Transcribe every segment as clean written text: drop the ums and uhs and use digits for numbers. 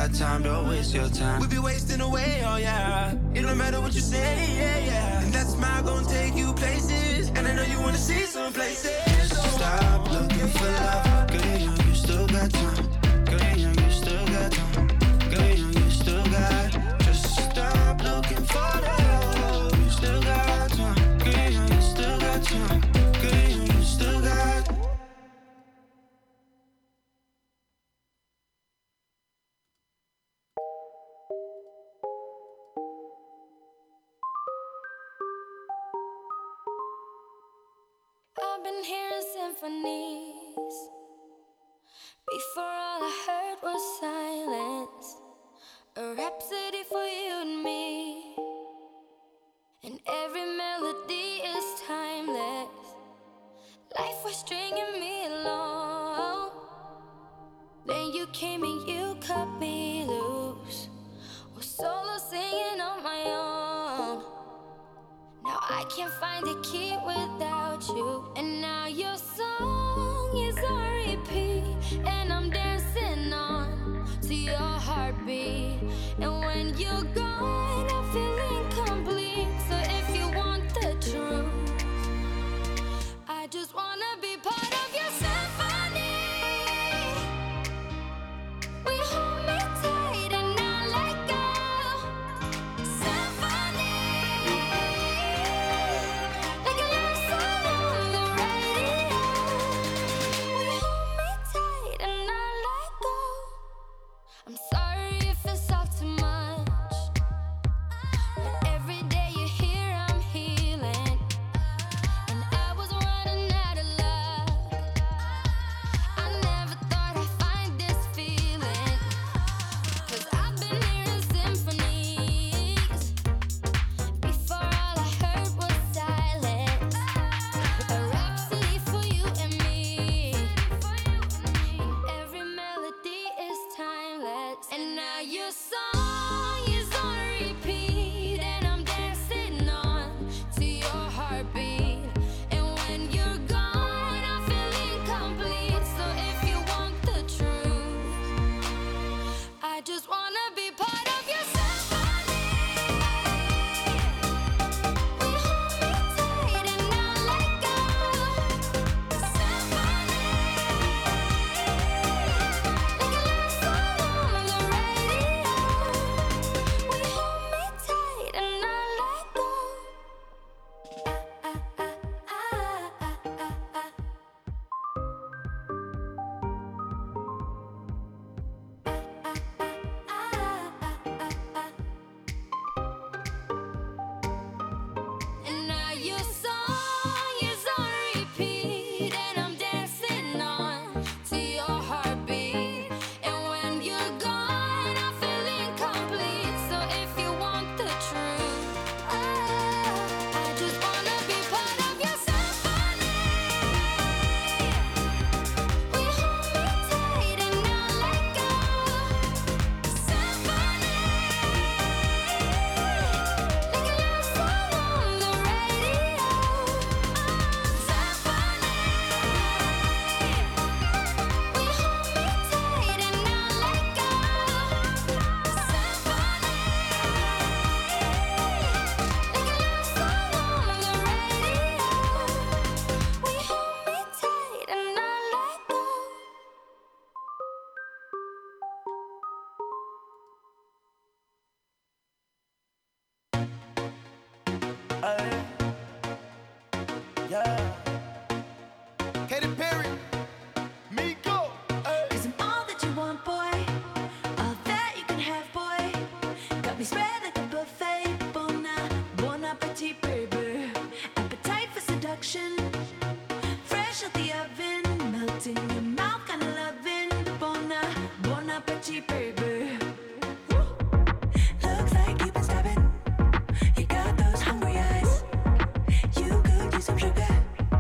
got time, don't waste your time. We be wasting away, oh yeah. It don't matter what you say, yeah, yeah. And that smile gon' take you places, and I know you wanna see some places. Just stop looking for love. Girl, you're young, you still got time. Girl, you're young, you still got time. Girl, you're young, you still got. Just stop looking for love. You still got time. Girl, you're young, you still got time. Girl, you're young, you still got. I've been hearing symphonies. Before all I heard was silence. A rhapsody for you and me. And every melody is timeless. Life was stringing me along. Then you came and you cut me loose. Was solo singing on my own. Now I can't find a key without you. And now your song is on repeat. And I'm dancing on to your heartbeat. And when you're gone, I feel incomplete. So if you want the truth, I just wanna be part of your symphony. We hold me tight and not let go. Symphony, like a love song on the radio. We hold me tight and not let go. I'm sorry if it's all too much, but every day you're here, I'm healing. And I was running out of luck. I never thought I'd find this feeling. 'Cause I've been hearing symphonies. Before all I heard was silence. A rhapsody for you and me. And every melody is timeless. And now your song is on repeat. And I'm dancing on to your heartbeat. And when you're gone, I feel incomplete. So if you want the truth, I just wanna be part of your symphony. We hold me tight and not let go. Symphony, like a love song on the radio. We hold me tight and not let go. And now your song is on repeat. And I'm dancing on to your heartbeat. And when you're gone, I feel incomplete. So if you want the truth, I just wanna be part of your symphony. We hold me tight and not let go. Symphony, like a love song on the radio. Symphony, we hold me tight and not let go. Symphony, like a love song on the radio. We hold me tight and not let go. Katy Perry, Miko, Cause I'm all that you want, boy. All that you can have, boy. Got me spread like a buffet. Bon appetit, baby. Appetite for seduction. Fresh out the oven. Melting your mouth, kinda loving. Bon appetit, baby. Woo. Looks like you've been stabbing. You got those hungry eyes. You could use some sugar.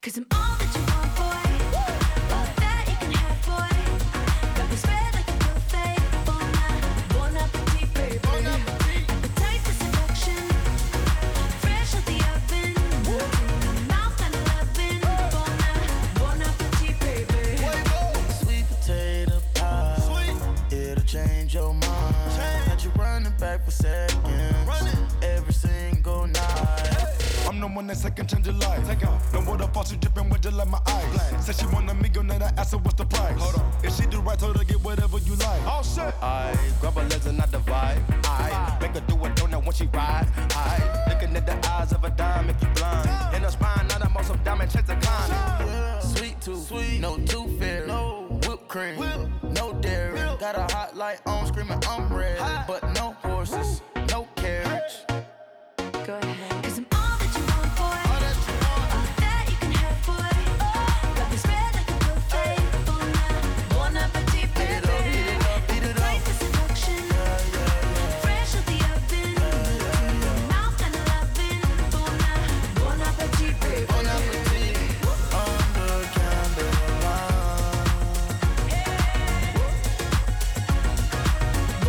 'Cause I'm all that you want, boy. All that you can have, boy. Got me spread like a buffet. Bon appetit, baby. Appetite for seduction. Fresh out the oven. Mouth kind of loving. Bon appetit, baby. Sweet potato pie. It'll change your mind. Had you running back for seconds. Every single night. I'm the one that second change your life. Take off. No water faucet dripping with just like my eyes. Said she want a meal, then I asked her what's the price. Hold on. If she do right, told her get whatever you like. Oh shit. I grab her legs and not the vibe. I make her do a donut when she ride. I looking at the eyes of a dime, make you blind. In her spine, not a most of diamond checks a climb. Sweet tooth, no tooth fairy. No whipped cream, no dairy. Got a hot light on, screaming I'm ready. But no horses, no carriage. Go ahead. 'Cause I'm all that you want, boy. All that you can have, boy. Got me spread like a buffet. Bon appetit, baby. Appetite for seduction. Fresh out the oven. Mouth kind of loving. Bon appetit, baby. Bon appetit, under candlelight.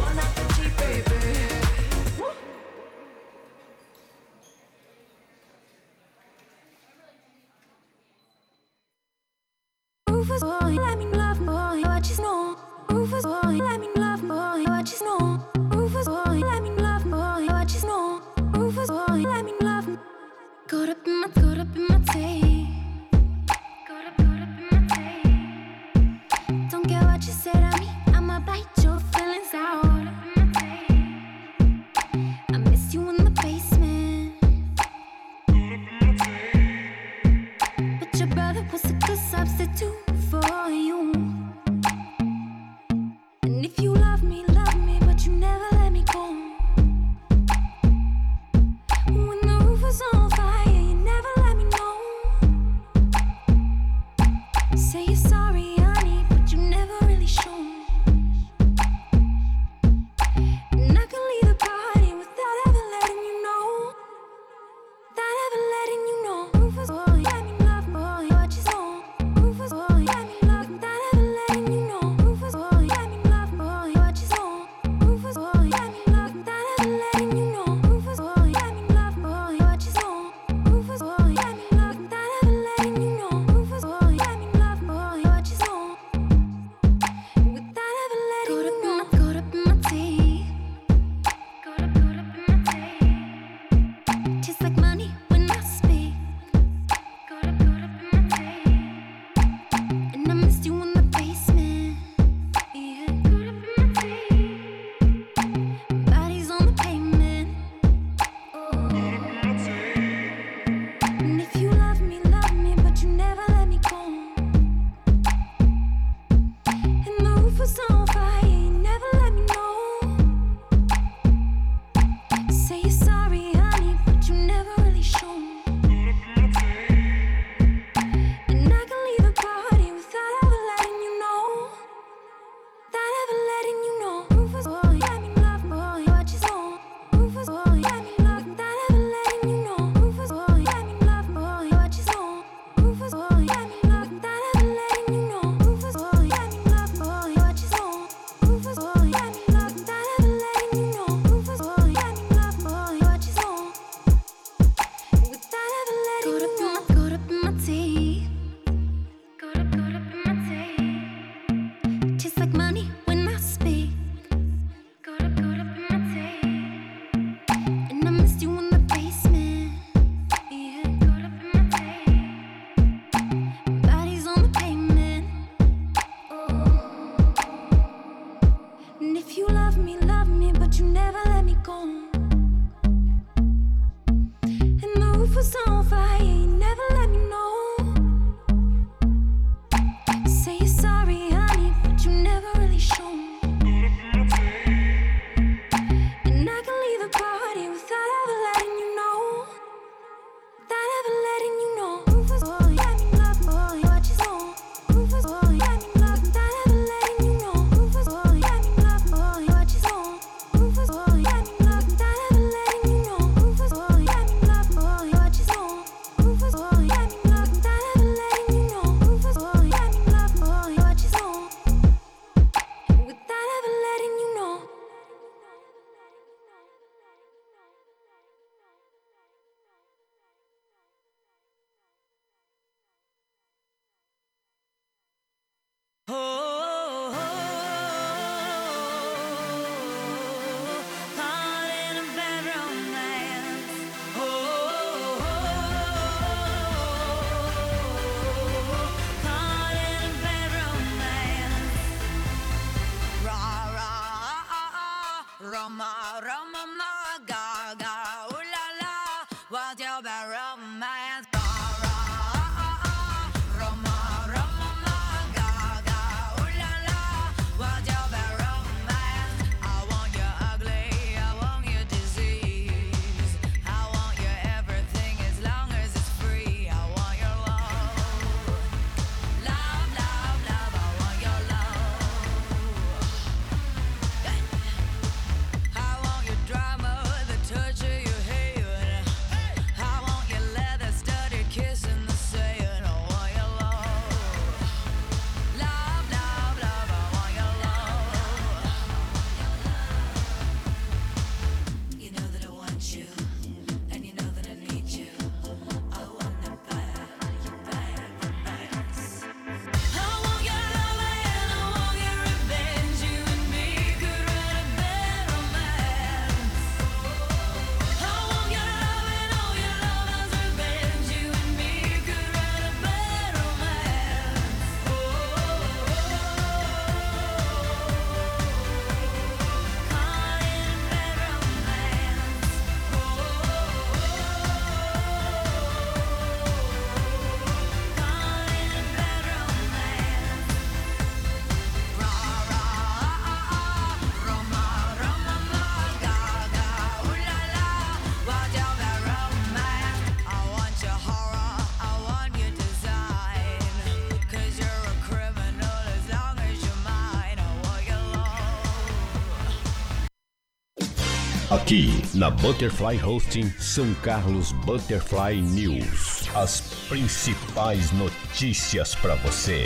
Aqui na Butterfly Hosting, São Carlos Butterfly News. As principais notícias para você.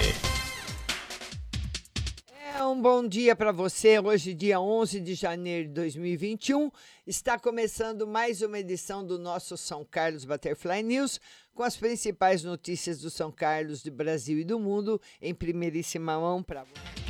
Um bom dia para você. Hoje, dia 11 de janeiro de 2021, está começando mais uma edição do nosso São Carlos Butterfly News, com as principais notícias do São Carlos, do Brasil e do mundo, em primeiríssima mão para você.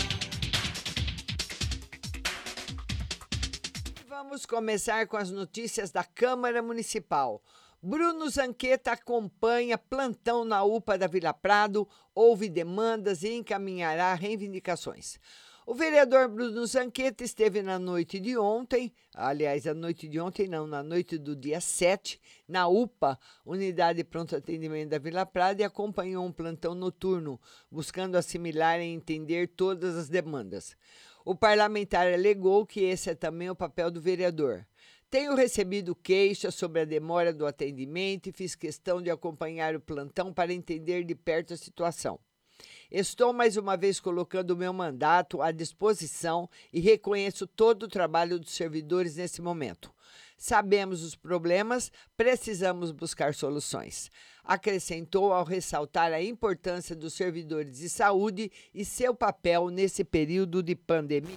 Vamos começar com as notícias da Câmara Municipal. Bruno Zanqueta acompanha plantão na UPA da Vila Prado, ouve demandas e encaminhará reivindicações. O vereador Bruno Zanqueta esteve na noite de ontem, na noite do dia 7, na UPA, Unidade de Pronto Atendimento da Vila Prado, e acompanhou um plantão noturno, buscando assimilar e entender todas as demandas. O parlamentar alegou que esse é também o papel do vereador. Tenho recebido queixas sobre a demora do atendimento e fiz questão de acompanhar o plantão para entender de perto a situação. Estou mais uma vez colocando o meu mandato à disposição e reconheço todo o trabalho dos servidores nesse momento. Sabemos os problemas, precisamos buscar soluções. Acrescentou ao ressaltar a importância dos servidores de saúde e seu papel nesse período de pandemia.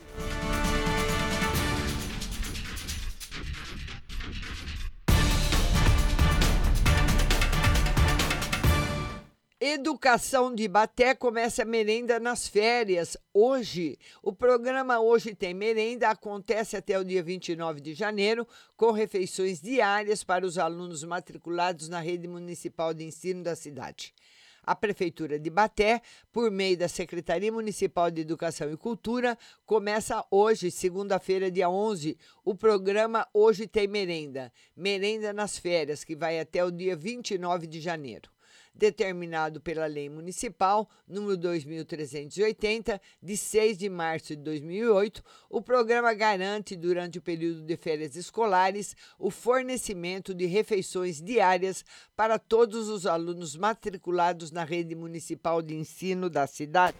Educação de Ibaté começa a merenda nas férias. Hoje, o programa Hoje Tem Merenda acontece até o dia 29 de janeiro, com refeições diárias para os alunos matriculados na rede municipal de ensino da cidade. A Prefeitura de Ibaté, por meio da Secretaria Municipal de Educação e Cultura, começa hoje, segunda-feira, dia 11, o programa Hoje Tem Merenda, Merenda nas Férias, que vai até o dia 29 de janeiro. Determinado pela Lei Municipal número 2.380, de 6 de março de 2008, o programa garante, durante o período de férias escolares, o fornecimento de refeições diárias para todos os alunos matriculados na rede municipal de ensino da cidade.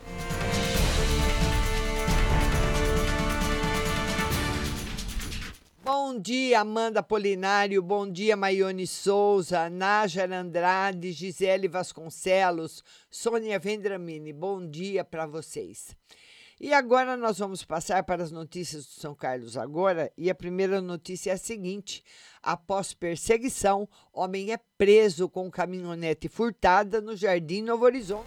Bom dia, Amanda Apolinário, bom dia, Maione Souza, Nájara Andrade, Gisele Vasconcelos, Sônia Vendramini, bom dia para vocês. E agora nós vamos passar para as notícias do São Carlos agora, e a primeira notícia é a seguinte: após perseguição, homem é preso com caminhonete furtada no Jardim Novo Horizonte.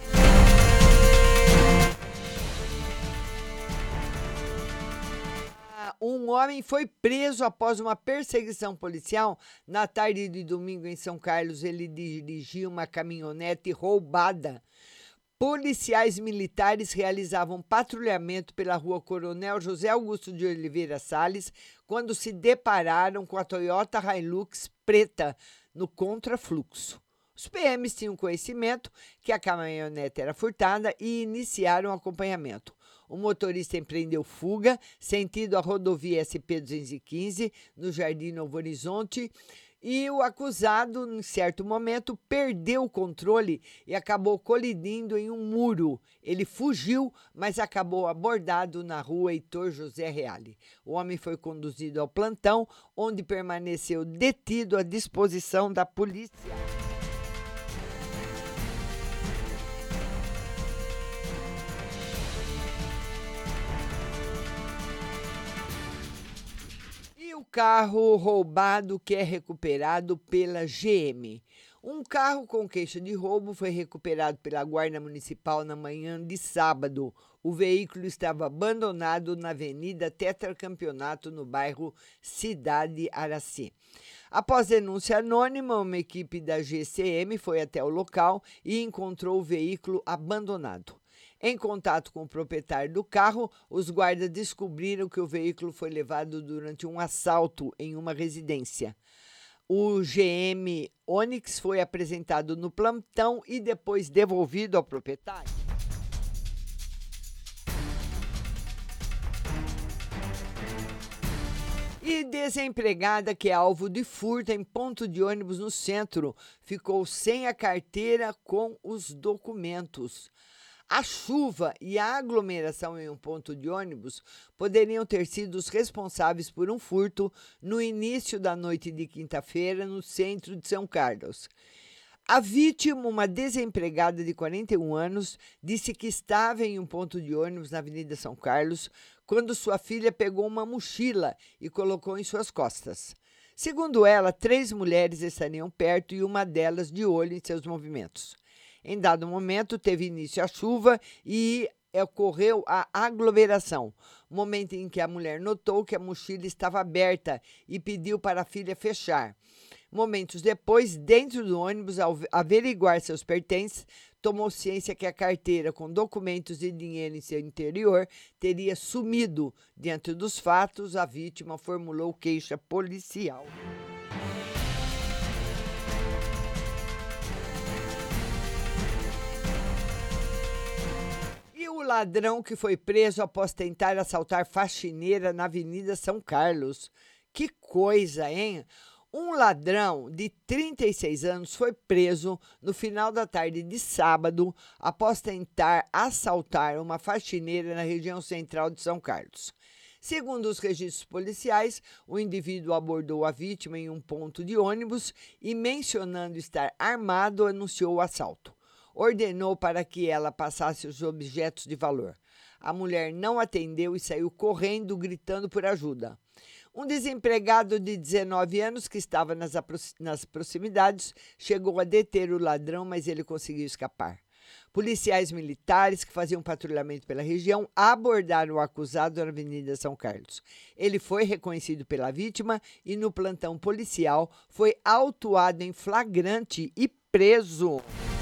Um homem foi preso após uma perseguição policial na tarde de domingo em São Carlos. Ele dirigia uma caminhonete roubada. Policiais militares realizavam patrulhamento pela rua Coronel José Augusto de Oliveira Salles quando se depararam com a Toyota Hilux preta no contrafluxo. Os PMs tinham conhecimento que a caminhonete era furtada e iniciaram o acompanhamento. O motorista empreendeu fuga, sentido a rodovia SP-215, no Jardim Novo Horizonte, e o acusado, em certo momento, perdeu o controle e acabou colidindo em um muro. Ele fugiu, mas acabou abordado na rua Heitor José Reale. O homem foi conduzido ao plantão, onde permaneceu detido à disposição da polícia. O carro roubado que é recuperado pela GM. Um carro com queixa de roubo foi recuperado pela Guarda Municipal na manhã de sábado. O veículo estava abandonado na Avenida Tetracampeonato, no bairro Cidade Araci. Após denúncia anônima, uma equipe da GCM foi até o local e encontrou o veículo abandonado. Em contato com o proprietário do carro, os guardas descobriram que o veículo foi levado durante um assalto em uma residência. O GM Onix foi apresentado no plantão e depois devolvido ao proprietário. E desempregada que é alvo de furto em ponto de ônibus no centro ficou sem a carteira com os documentos. A chuva e a aglomeração em um ponto de ônibus poderiam ter sido os responsáveis por um furto no início da noite de quinta-feira no centro de São Carlos. A vítima, uma desempregada de 41 anos, disse que estava em um ponto de ônibus na Avenida São Carlos quando sua filha pegou uma mochila e colocou em suas costas. Segundo ela, 3 mulheres estariam perto e uma delas de olho em seus movimentos. Em dado momento, teve início a chuva e ocorreu a aglomeração, momento em que a mulher notou que a mochila estava aberta e pediu para a filha fechar. Momentos depois, dentro do ônibus, ao averiguar seus pertences, tomou ciência que a carteira com documentos e dinheiro em seu interior teria sumido. Diante dos fatos, a vítima formulou queixa policial. E o ladrão que foi preso após tentar assaltar faxineira na Avenida São Carlos. Que coisa, hein? Um ladrão de 36 anos foi preso no final da tarde de sábado após tentar assaltar uma faxineira na região central de São Carlos. Segundo os registros policiais, o indivíduo abordou a vítima em um ponto de ônibus e, mencionando estar armado, anunciou o assalto. Ordenou para que ela passasse os objetos de valor. A mulher não atendeu e saiu correndo, gritando por ajuda. Um desempregado de 19 anos que estava nas proximidades chegou a deter o ladrão, mas ele conseguiu escapar. Policiais militares que faziam patrulhamento pela região abordaram o acusado na Avenida São Carlos. Ele foi reconhecido pela vítima e, no plantão policial, foi autuado em flagrante e preso.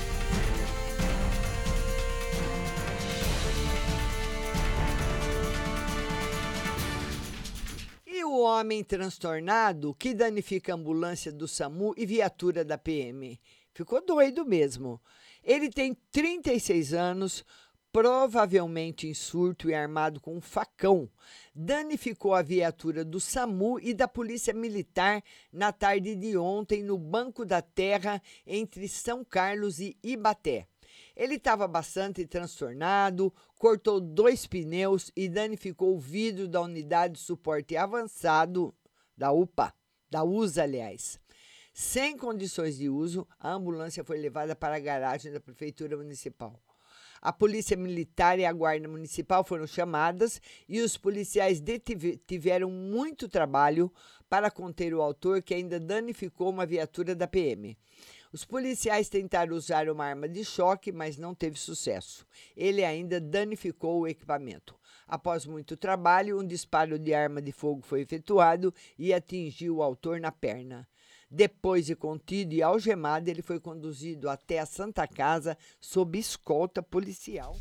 O homem transtornado que danifica a ambulância do SAMU e viatura da PM. Ficou doido mesmo. Ele tem 36 anos, provavelmente em surto e armado com um facão. Danificou a viatura do SAMU e da Polícia Militar na tarde de ontem no Banco da Terra entre São Carlos e Ibaté. Ele estava bastante transtornado, cortou 2 pneus e danificou o vidro da unidade de suporte avançado da USA, aliás. Sem condições de uso, a ambulância foi levada para a garagem da Prefeitura Municipal. A Polícia Militar e a Guarda Municipal foram chamadas e os policiais tiveram muito trabalho para conter o autor, que ainda danificou uma viatura da PM. Os policiais tentaram usar uma arma de choque, mas não teve sucesso. Ele ainda danificou o equipamento. Após muito trabalho, um disparo de arma de fogo foi efetuado e atingiu o autor na perna. Depois de contido e algemado, ele foi conduzido até a Santa Casa sob escolta policial.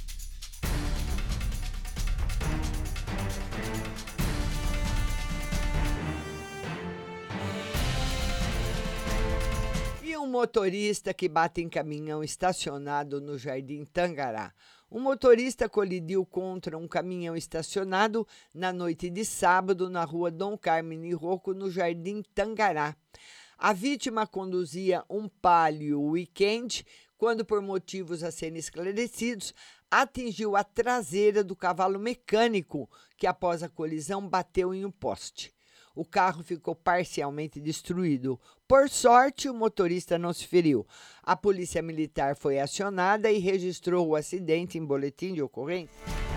Um motorista que bate em caminhão estacionado no Jardim Tangará. Um motorista colidiu contra um caminhão estacionado na noite de sábado na rua Dom Carmine Rocco, no Jardim Tangará. A vítima conduzia um Palio Weekend quando, por motivos a serem esclarecidos, atingiu a traseira do cavalo mecânico, que após a colisão bateu em um poste. O carro ficou parcialmente destruído. Por sorte, o motorista não se feriu. A polícia militar foi acionada e registrou o acidente em boletim de ocorrência.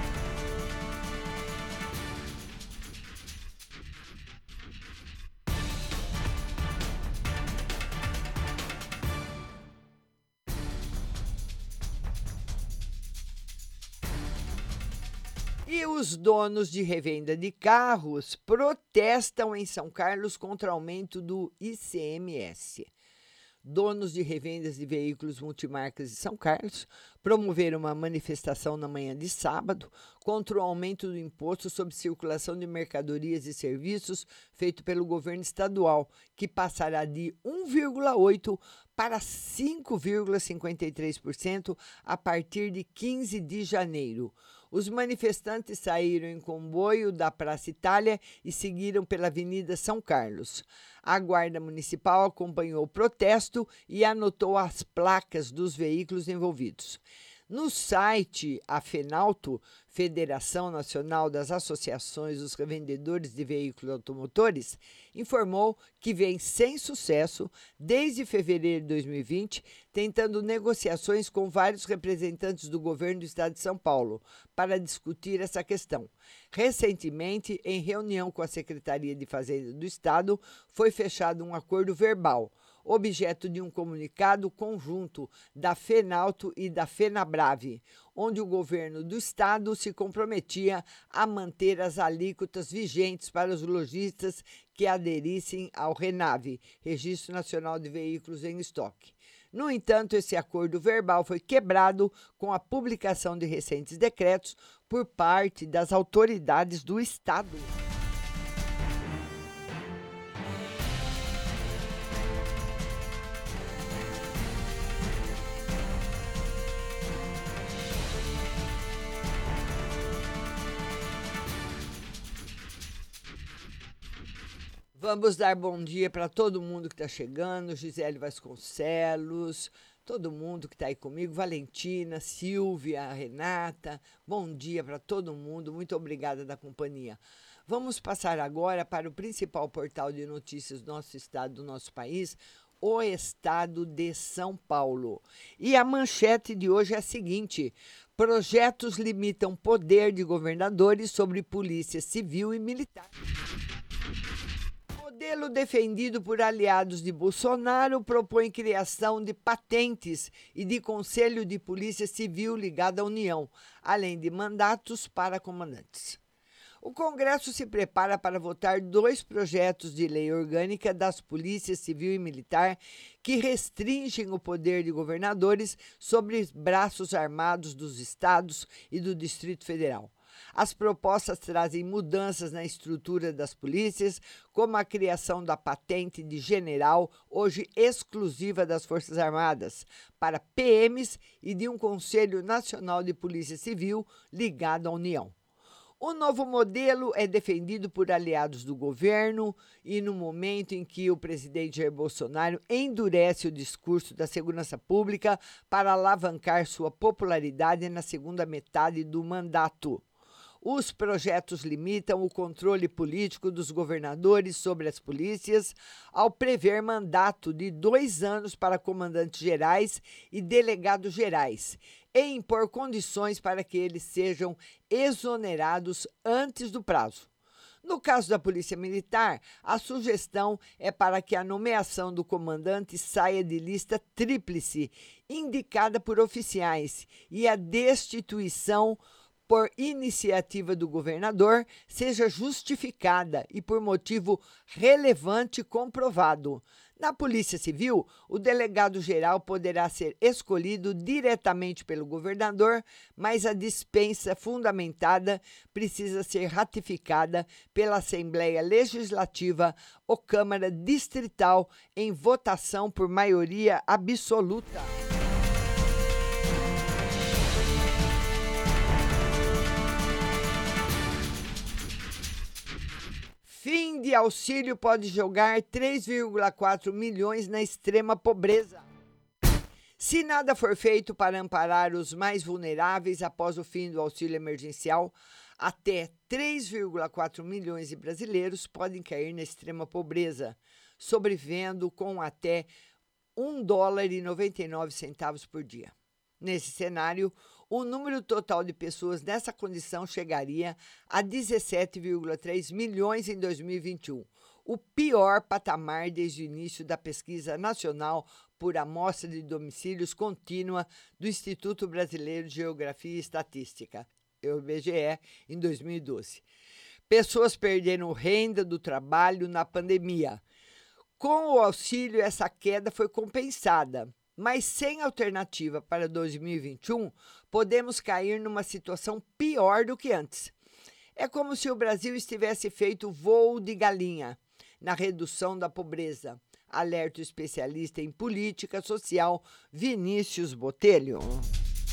E os donos de revenda de carros protestam em São Carlos contra o aumento do ICMS. Donos de revendas de veículos multimarcas de São Carlos promoveram uma manifestação na manhã de sábado contra o aumento do imposto sobre circulação de mercadorias e serviços feito pelo governo estadual, que passará de 1,8% para 5,53% a partir de 15 de janeiro. Os manifestantes saíram em comboio da Praça Itália e seguiram pela Avenida São Carlos. A Guarda Municipal acompanhou o protesto e anotou as placas dos veículos envolvidos. No site, a FENALTO, Federação Nacional das Associações dos Revendedores de Veículos Automotores, informou que vem sem sucesso desde fevereiro de 2020, tentando negociações com vários representantes do governo do estado de São Paulo para discutir essa questão. Recentemente, em reunião com a Secretaria de Fazenda do Estado, foi fechado um acordo verbal, objeto de um comunicado conjunto da FENALTO e da FENABRAVE, onde o governo do estado se comprometia a manter as alíquotas vigentes para os lojistas que aderissem ao RENAVE, Registro Nacional de Veículos em Estoque. No entanto, esse acordo verbal foi quebrado com a publicação de recentes decretos por parte das autoridades do estado. Vamos dar bom dia para todo mundo que está chegando, Gisele Vasconcelos, todo mundo que está aí comigo, Valentina, Silvia, Renata, bom dia para todo mundo, muito obrigada da companhia. Vamos passar agora para o principal portal de notícias do nosso estado, do nosso país, o Estado de São Paulo. E a manchete de hoje é a seguinte: projetos limitam poder de governadores sobre polícia civil e militar. O modelo defendido por aliados de Bolsonaro propõe criação de patentes e de Conselho de Polícia Civil ligado à União, além de mandatos para comandantes. O Congresso se prepara para votar 2 projetos de lei orgânica das polícias civil e militar que restringem o poder de governadores sobre braços armados dos estados e do Distrito Federal. As propostas trazem mudanças na estrutura das polícias, como a criação da patente de general, hoje exclusiva das Forças Armadas, para PMs e de um Conselho Nacional de Polícia Civil ligado à União. O novo modelo é defendido por aliados do governo e no momento em que o presidente Jair Bolsonaro endurece o discurso da segurança pública para alavancar sua popularidade na segunda metade do mandato. Os projetos limitam o controle político dos governadores sobre as polícias ao prever mandato de 2 anos para comandantes gerais e delegados gerais e impor condições para que eles sejam exonerados antes do prazo. No caso da Polícia Militar, a sugestão é para que a nomeação do comandante saia de lista tríplice, indicada por oficiais, e a destituição por iniciativa do governador, seja justificada e por motivo relevante comprovado. Na Polícia Civil, o delegado-geral poderá ser escolhido diretamente pelo governador, mas a dispensa fundamentada precisa ser ratificada pela Assembleia Legislativa ou Câmara Distrital em votação por maioria absoluta. Fim de auxílio pode jogar 3,4 milhões na extrema pobreza. Se nada for feito para amparar os mais vulneráveis após o fim do auxílio emergencial, até 3,4 milhões de brasileiros podem cair na extrema pobreza, sobrevivendo com até $1,99 por dia. Nesse cenário, o número total de pessoas nessa condição chegaria a 17,3 milhões em 2021, o pior patamar desde o início da pesquisa nacional por amostra de domicílios contínua do Instituto Brasileiro de Geografia e Estatística, IBGE, em 2012. Pessoas perderam renda do trabalho na pandemia. Com o auxílio, essa queda foi compensada. Mas sem alternativa para 2021, podemos cair numa situação pior do que antes. É como se o Brasil estivesse feito voo de galinha na redução da pobreza, alerta o especialista em política social Vinícius Botelho.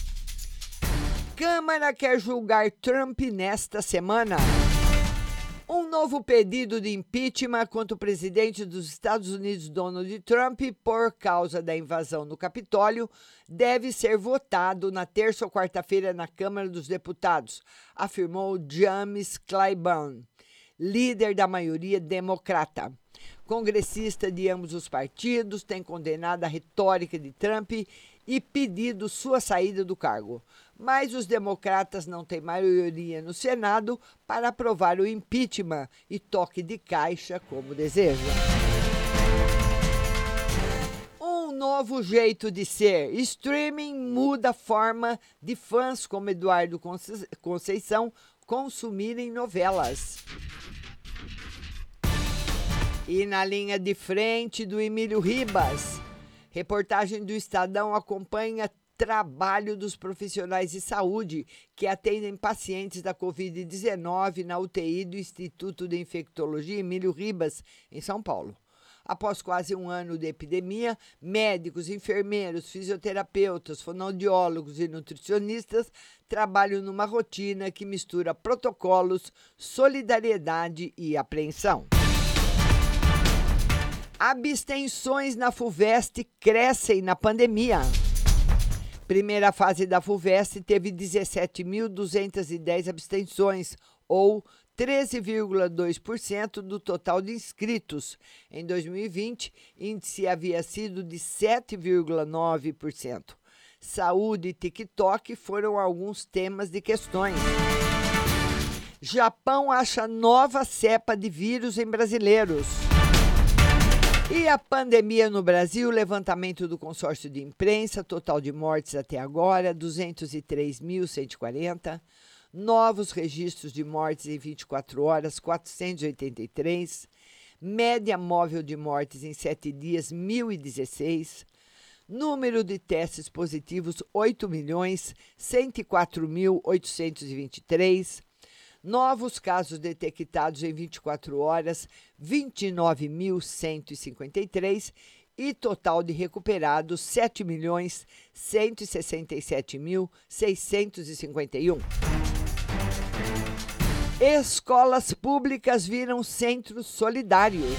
Câmara quer julgar Trump nesta semana. Um novo pedido de impeachment contra o presidente dos Estados Unidos, Donald Trump, por causa da invasão no Capitólio, deve ser votado na terça ou quarta-feira na Câmara dos Deputados, afirmou James Clyburn, líder da maioria democrata. Congressista de ambos os partidos tem condenado a retórica de Trump e pedido sua saída do cargo. Mas os democratas não têm maioria no Senado para aprovar o impeachment e toque de caixa como desejam. Um novo jeito de ser. Streaming muda a forma de fãs como Eduardo Conceição consumirem novelas. E na linha de frente do Emílio Ribas, reportagem do Estadão acompanha trabalho dos profissionais de saúde que atendem pacientes da Covid-19 na UTI do Instituto de Infectologia Emílio Ribas, em São Paulo. Após quase um ano de epidemia, médicos, enfermeiros, fisioterapeutas, fonoaudiólogos e nutricionistas trabalham numa rotina que mistura protocolos, solidariedade e apreensão. Abstenções na FUVEST crescem na pandemia. Primeira fase da FUVEST teve 17.210 abstenções, ou 13,2% do total de inscritos. Em 2020, índice havia sido de 7,9%. Saúde e TikTok foram alguns temas de questões. Japão acha nova cepa de vírus em brasileiros. E a pandemia no Brasil, levantamento do consórcio de imprensa, total de mortes até agora, 203.140. Novos registros de mortes em 24 horas, 483. Média móvel de mortes em 7 dias, 1.016. Número de testes positivos, 8.104.823. Novos casos detectados em 24 horas, 29.153 e total de recuperados, 7.167.651. Escolas públicas viram centros solidários.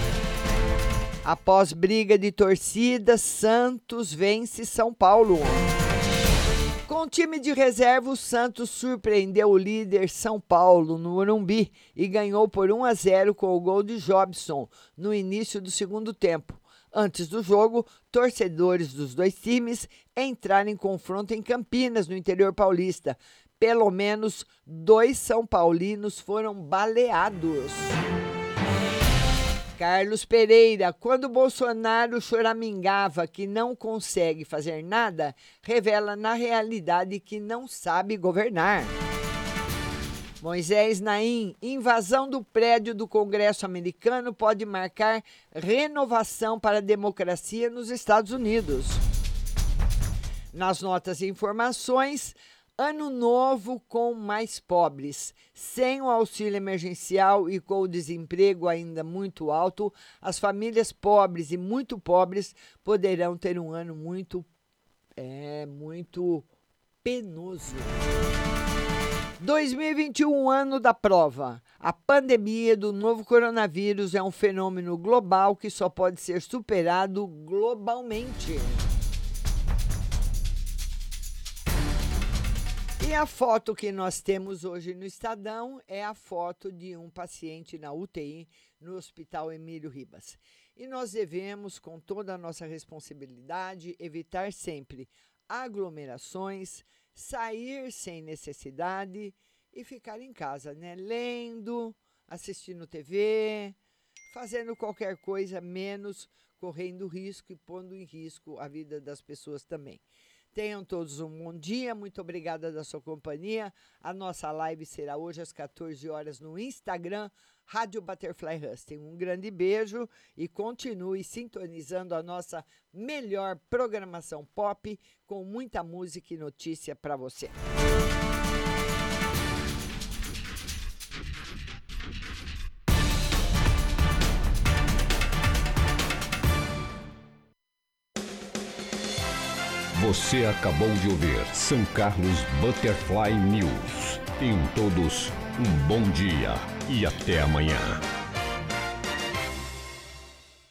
Após briga de torcidas, Santos vence São Paulo. Com time de reserva, o Santos surpreendeu o líder São Paulo no Morumbi e ganhou por 1-0 com o gol de Jobson no início do segundo tempo. Antes do jogo, torcedores dos dois times entraram em confronto em Campinas, no interior paulista. Pelo menos 2 são paulinos foram baleados. Carlos Pereira, quando Bolsonaro choramingava que não consegue fazer nada, revela na realidade que não sabe governar. Moisés Naim, invasão do prédio do Congresso americano pode marcar renovação para a democracia nos Estados Unidos. Nas notas e informações, Ano novo com mais pobres. Sem o auxílio emergencial e com o desemprego ainda muito alto, as famílias pobres e muito pobres poderão ter um ano muito penoso. 2021, ano da prova. A pandemia do novo coronavírus é um fenômeno global que só pode ser superado globalmente. E a foto que nós temos hoje no Estadão é a foto de um paciente na UTI no Hospital Emílio Ribas. E nós devemos, com toda a nossa responsabilidade, evitar sempre aglomerações, sair sem necessidade e ficar em casa, né? Lendo, assistindo TV, fazendo qualquer coisa, menos correndo risco e pondo em risco a vida das pessoas também. Tenham todos um bom dia, muito obrigada da sua companhia. A nossa live será hoje às 14 horas no Instagram, Rádio Butterfly Husting. Um grande beijo e continue sintonizando a nossa melhor programação pop com muita música e notícia para você. Você acabou de ouvir São Carlos Butterfly News. Tenham todos um bom dia e até amanhã.